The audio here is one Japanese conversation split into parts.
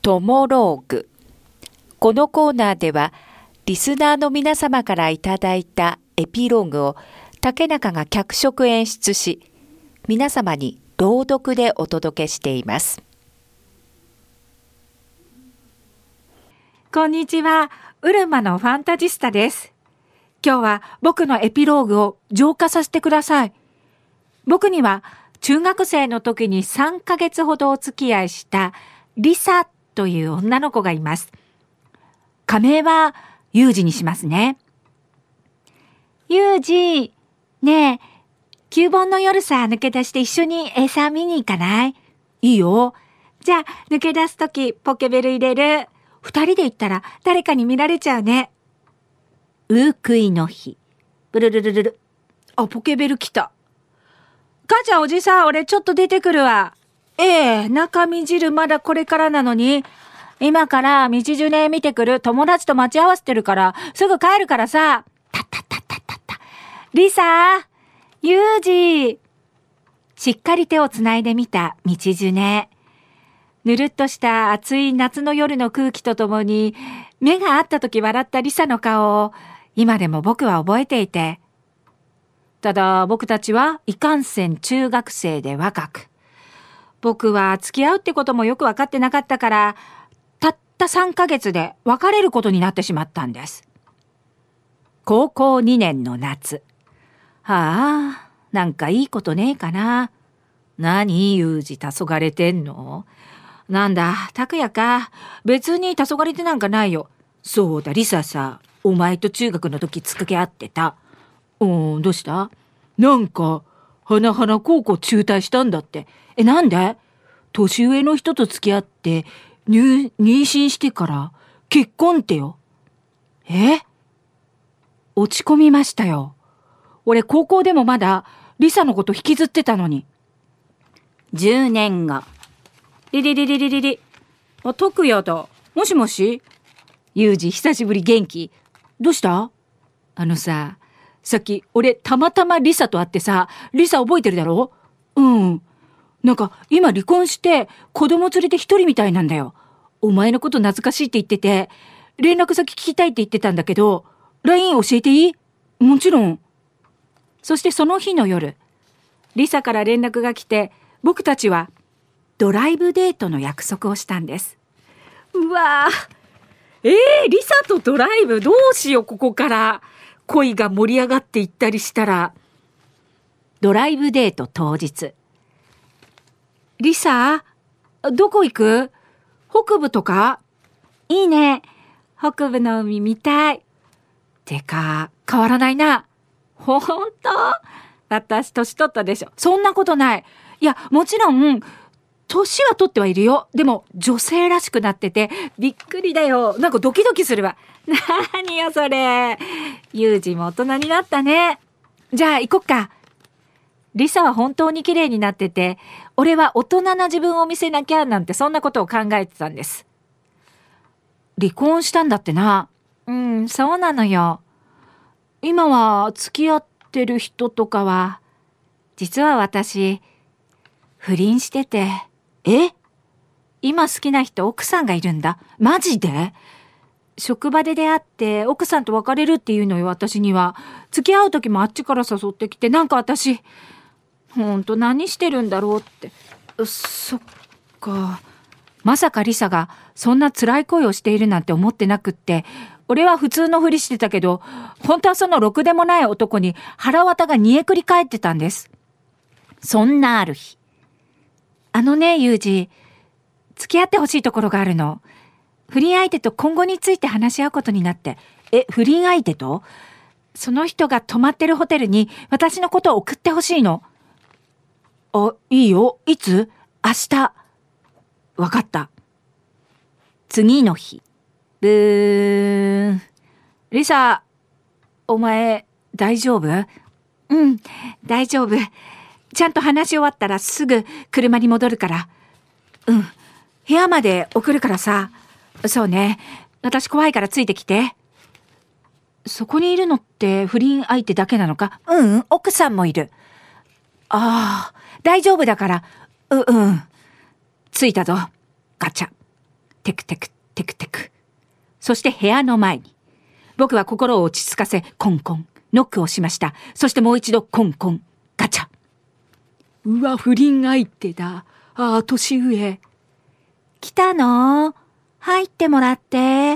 トモローグ。このコーナーではリスナーの皆様からいただいたエピローグを竹中が脚色演出し、皆様に朗読でお届けしています。 こんにちは、ウルマのファンタジスタです。今日は僕のエピローグを浄化させてください。僕には中学生の時に3ヶ月ほどお付き合いしたリサという女の子がいます。仮名はユージにしますね。ユージ、ねえ、旧盆の夜さ、抜け出して一緒に餌見に行かない？いいよ。じゃあ、抜け出すときポケベル入れる。2人で行ったら誰かに見られちゃうね。ウークイの日。ブルルルルル。あ、ポケベル来た。母ちゃんおじさん、俺ちょっと出てくるわ。中身汁まだこれからなのに。今から道ジュネ見てくる。友達と待ち合わせてるから、すぐ帰るからさ。たったったったったった。リサ、ユージ。しっかり手をつないでみた道ジュネ。ぬるっとした暑い夏の夜の空気とともに、目が合った時笑ったリサの顔を、今でも僕は覚えていて。ただ僕たちはいかんせん中学生で若く、僕は付き合うってこともよく分かってなかったから、たった3ヶ月で別れることになってしまったんです。高校2年の夏。はあ、なんかいいことねえかな。何、ユージ黄昏てんの？なんだ、拓也か。別に黄昏てなんかないよ。そうだ、リサさ、お前と中学の時付き合ってた。どうした？なんか、花高校中退したんだって。なんで？年上の人と付き合って、妊娠してから結婚ってよ。落ち込みましたよ。俺高校でもまだリサのこと引きずってたのに。10年後。リ。拓也だ。もしもし？ユージ、久しぶり、元気？どうした？さ、さっき俺たまたまリサと会ってさ、リサ覚えてるだろ？なんか今離婚して子供連れて一人みたいなんだよ。お前のこと懐かしいって言ってて、連絡先聞きたいって言ってたんだけど、LINE 教えていい？もちろん。そしてその日の夜、リサから連絡が来て、僕たちはドライブデートの約束をしたんです。うわぁ、リサとドライブどうしよう、ここから。恋が盛り上がっていったりしたら。ドライブデート当日。リサ、どこ行く？北部とか？いいね。北部の海見たい。てか、変わらないな。ほんと？私年取ったでしょ。そんなことない。いや、もちろん、年は取ってはいるよ。でも、女性らしくなってて、びっくりだよ。なんかドキドキするわ。なによそれ。ユージも大人になったね。じゃあ行こっか。リサは本当に綺麗になってて、俺は大人な自分を見せなきゃなんてそんなことを考えてたんです。離婚したんだってな。そうなのよ。今は付き合ってる人とかは、実は私、不倫してて。今好きな人、奥さんがいるんだ。マジで？職場で出会って奥さんと別れるっていうのよ、私には。付き合う時もあっちから誘ってきて、なんか私、ほんと何してるんだろうって。そっか。まさかリサがそんな辛い恋をしているなんて思ってなくって、俺は普通のふりしてたけど、本当はそのろくでもない男に腹渡が煮えくり返ってたんです。そんなある日。ユージ、付き合ってほしいところがあるの。不倫相手と今後について話し合うことになって。不倫相手と？その人が泊まってるホテルに私のことを送ってほしいの。いいよ。いつ？明日。わかった。次の日。ブーン。リサ、お前、大丈夫？大丈夫。ちゃんと話し終わったらすぐ車に戻るから。部屋まで送るからさ。そうね。私怖いからついてきて。そこにいるのって不倫相手だけなのか？奥さんもいる。大丈夫だから。着いたぞ。ガチャ。 テクテクテクテク。そして部屋の前に。僕は心を落ち着かせ、コンコン、ノックをしました。そしてもう一度コンコン、ガチャ。うわ、不倫相手だ。年上。来たの？入ってもらって。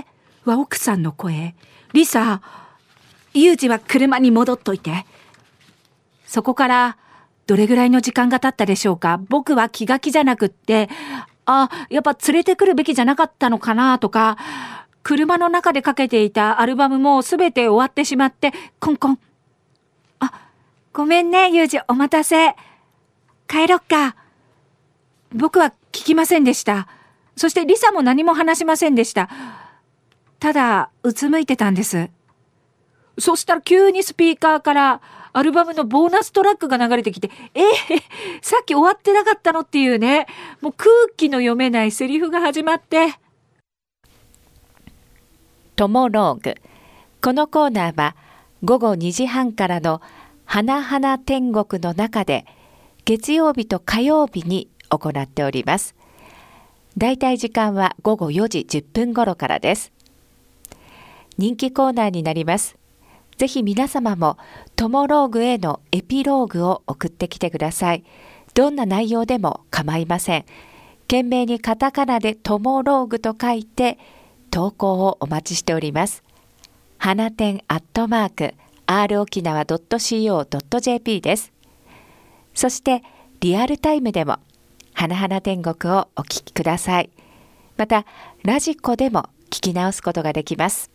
は奥さんの声。リサ、ユージは車に戻っといて。そこからどれぐらいの時間が経ったでしょうか。僕は気が気じゃなくって、やっぱ連れてくるべきじゃなかったのかなとか、車の中でかけていたアルバムもすべて終わってしまって、コンコン。ごめんね、ユージ、お待たせ。帰ろっか。僕は聞きませんでした。そしてリサも何も話しませんでした。ただ、うつむいてたんです。そしたら急にスピーカーからアルバムのボーナストラックが流れてきて、さっき終わってなかったのっていうね、もう空気の読めないセリフが始まって。 トモローグ。このコーナーは午後2時半からの花々天国の中で月曜日と火曜日に行っております。だいたい時間は午後4時10分頃からです。人気コーナーになります。ぜひ皆様もトモローグへのエピローグを送ってきてください。どんな内容でも構いません。懸命にカタカナでトモローグと書いて投稿をお待ちしております。花天@rokinawa.co.jp です。そしてリアルタイムでも花々天国をお聞きください。またラジコでも聞き直すことができます。